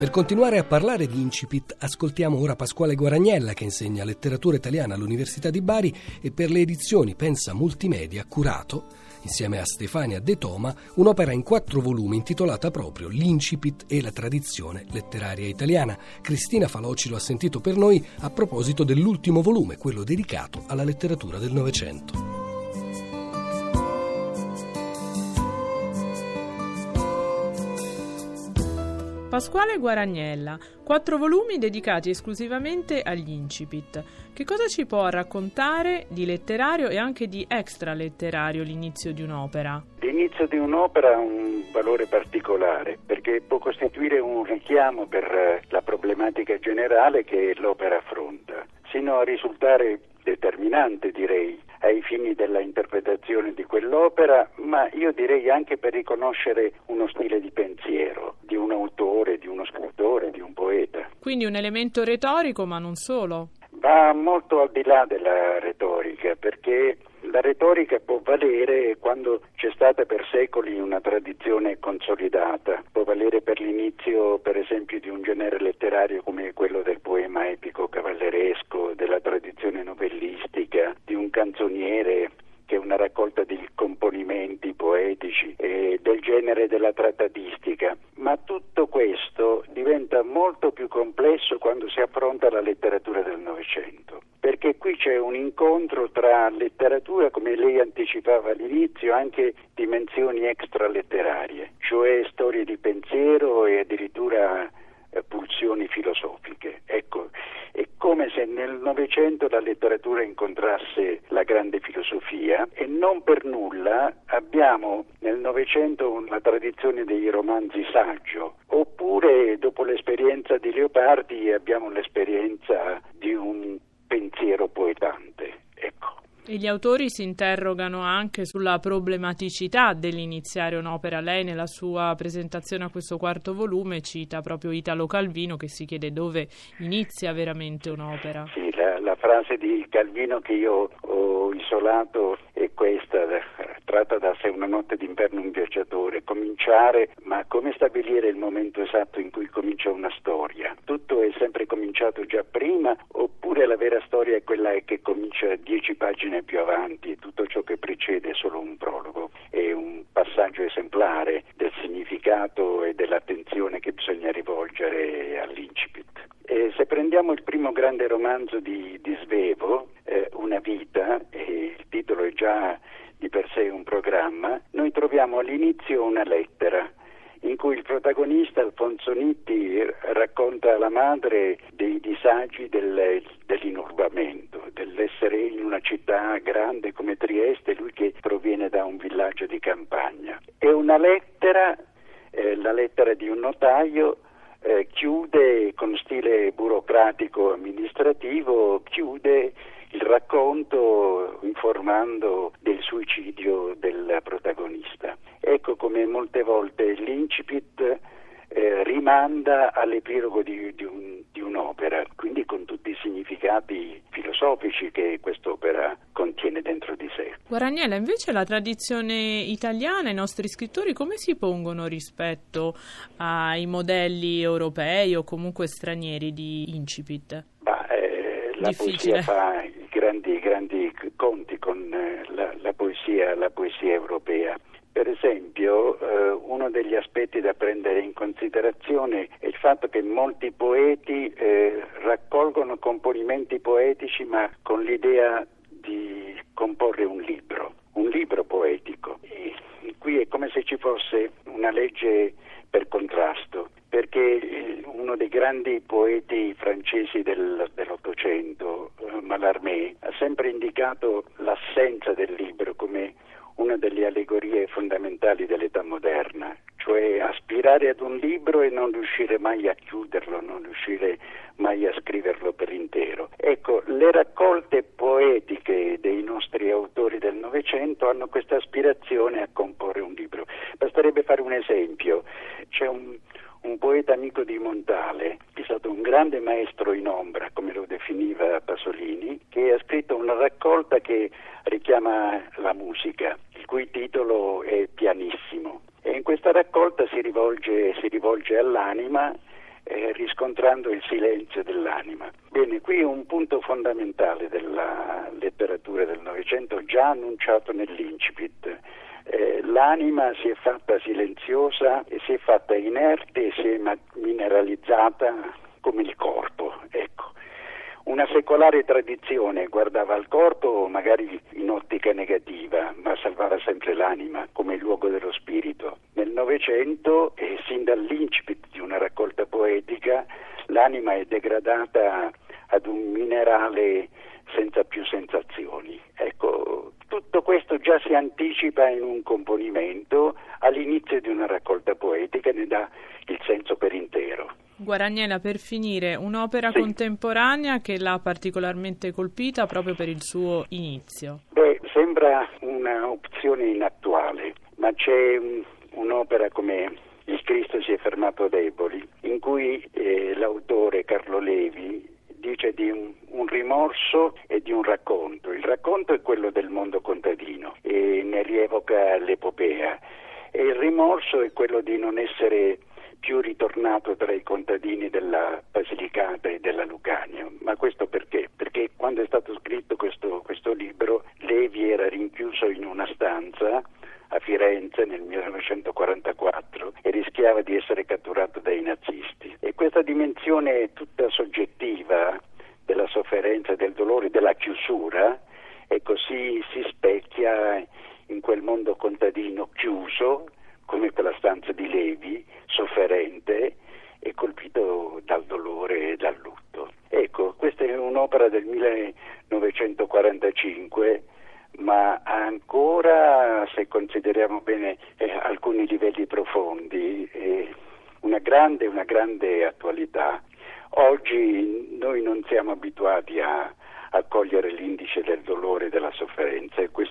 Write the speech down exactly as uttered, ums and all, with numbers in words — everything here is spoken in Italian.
Per continuare a parlare di incipit, ascoltiamo ora Pasquale Guaragnella che insegna letteratura italiana all'Università di Bari e per le edizioni Pensa Multimedia ha curato, insieme a Stefania De Toma, un'opera in quattro volumi intitolata proprio L'Incipit e la tradizione letteraria italiana. Cristina Faloci lo ha sentito per noi a proposito dell'ultimo volume, quello dedicato alla letteratura del Novecento. Pasquale Guaragnella, quattro volumi dedicati esclusivamente agli incipit. Che cosa ci può raccontare di letterario e anche di extraletterario l'inizio di un'opera? L'inizio di un'opera ha un valore particolare perché può costituire un richiamo per la problematica generale che l'opera affronta, sino a risultare determinante, direi, ai fini della interpretazione di quell'opera, ma io direi anche per riconoscere uno stile di pensiero di un autore, di uno scrittore, di un poeta. Quindi un elemento retorico, ma non solo? Va molto al di là della retorica, perché la retorica può valere quando c'è stata per secoli una tradizione consolidata, può valere per l'inizio, per esempio, di un genere letterario come quello del poema epico cavalleresco, della tradizione novellistica, di un canzoniere che è una raccolta di componimenti poetici e del genere della trattatistica, ma tutto questo diventa molto più complesso quando si affronta la letteratura del Novecento, perché qui c'è un incontro tra letteratura, come lei anticipava all'inizio, anche dimensioni extraletterarie, cioè storie di pensiero e addirittura eh, pulsioni filosofiche. Ecco, è come se nel Novecento la letteratura incontrasse la grande filosofia e non per nulla abbiamo nel Novecento una tradizione dei romanzi saggio, oppure dopo l'esperienza di Leopardi abbiamo l'esperienza di un pensiero poetante. Ecco. E gli autori si interrogano anche sulla problematicità dell'iniziare un'opera. Lei nella sua presentazione a questo quarto volume cita proprio Italo Calvino che si chiede dove inizia veramente un'opera. Sì, la, la frase di Calvino che io ho isolato è questa, tratta da Se una notte d'inverno un viaggiatore: cominciare, ma come stabilire il momento esatto in cui comincia una storia? Tutto è sempre cominciato già prima, oppure la vera storia è quella che comincia dieci pagine più avanti e tutto ciò che precede è solo un prologo, è un passaggio esemplare del significato e dell'attenzione che bisogna rivolgere all'incipit. E se prendiamo il primo grande romanzo di, di Svevo, eh, Una vita, e il titolo è già di per sé un programma, noi troviamo all'inizio una lettera in cui il protagonista, Alfonso Nitti, racconta alla madre dei disagi del, dell'inurbamento, dell'essere in una città grande come Trieste, lui che proviene da un villaggio di campagna. È una lettera, eh, la lettera di un notaio, eh, chiude con stile burocratico amministrativo, chiude il racconto informando del suicidio del protagonista. Ecco come molte volte l'incipit eh, rimanda all'epilogo di, di, un, di un'opera, quindi con tutti i significati filosofici che quest'opera contiene dentro di sé. Guaragnella, invece la tradizione italiana, i nostri scrittori come si pongono rispetto ai modelli europei o comunque stranieri di incipit? Bah, eh, la Difficile. poesia fa i grandi, grandi conti con eh, la, la poesia, la poesia europea. Per esempio, eh, uno degli aspetti da prendere in considerazione è il fatto che molti poeti eh, raccolgono componimenti poetici ma con l'idea di comporre un libro, un libro poetico. E qui è come se ci fosse una legge per contrasto, perché uno dei grandi poeti francesi del, dell'Ottocento, eh, Mallarmé, ha sempre indicato l'assenza del libro come una delle allegorie fondamentali dell'età moderna, cioè aspirare ad un libro e non riuscire mai a chiuderlo, non riuscire mai a scriverlo per intero. Ecco, le raccolte poetiche dei nostri autori del Novecento hanno questa aspirazione a comporre un libro. Basterebbe fare un esempio. C'è un, un poeta amico di Montale, che è stato un grande maestro in ombra, come lo definiva Pasolini, che ha scritto una raccolta che richiama la musica, il cui titolo è Pianissimo. E in questa raccolta si rivolge, si rivolge all'anima, eh, riscontrando il silenzio dell'anima. Bene, qui un punto fondamentale della letteratura del Novecento, già annunciato nell'incipit. Eh, l'anima si è fatta silenziosa e si è fatta inerte e si è mineralizzata come il corpo, ecco. Una secolare tradizione guardava al corpo magari in ottica negativa, ma salvava sempre l'anima come il luogo dello spirito. Nel Novecento, e sin dall'incipit di una raccolta poetica, l'anima è degradata ad un minerale senza più sensazioni. Ecco, tutto questo già si anticipa in un componimento all'inizio di una raccolta poetica e ne dà il senso per intero. Guaragnella, per finire, un'opera sì. contemporanea che l'ha particolarmente colpita proprio per il suo inizio. Beh, sembra un'opzione inattuale, ma c'è un, un'opera come Il Cristo si è fermato ad Eboli, in cui eh, l'autore Carlo Levi dice di un, un rimorso e di un racconto. Il racconto è quello del mondo contadino e ne rievoca l'epopea, e il rimorso è quello di non essere più ritornato tra i contadini della Basilicata e della Lucania. Ma questo perché? Perché quando è stato scritto questo, questo libro, Levi era rinchiuso in una stanza a Firenze nel millenovecentoquarantaquattro e rischiava di essere catturato dai nazisti. E questa dimensione tutta soggettiva della sofferenza, del dolore, della chiusura, e così si specchia in quel mondo contadino chiuso, come quella stanza di Levi, sofferente e colpito dal dolore e dal lutto. Ecco, questa è un'opera del millenovecentoquarantacinque, ma ancora, se consideriamo bene eh, alcuni livelli profondi, eh, una grande, una grande attualità. Oggi noi non siamo abituati a, a cogliere l'indice del dolore e della sofferenza, e questo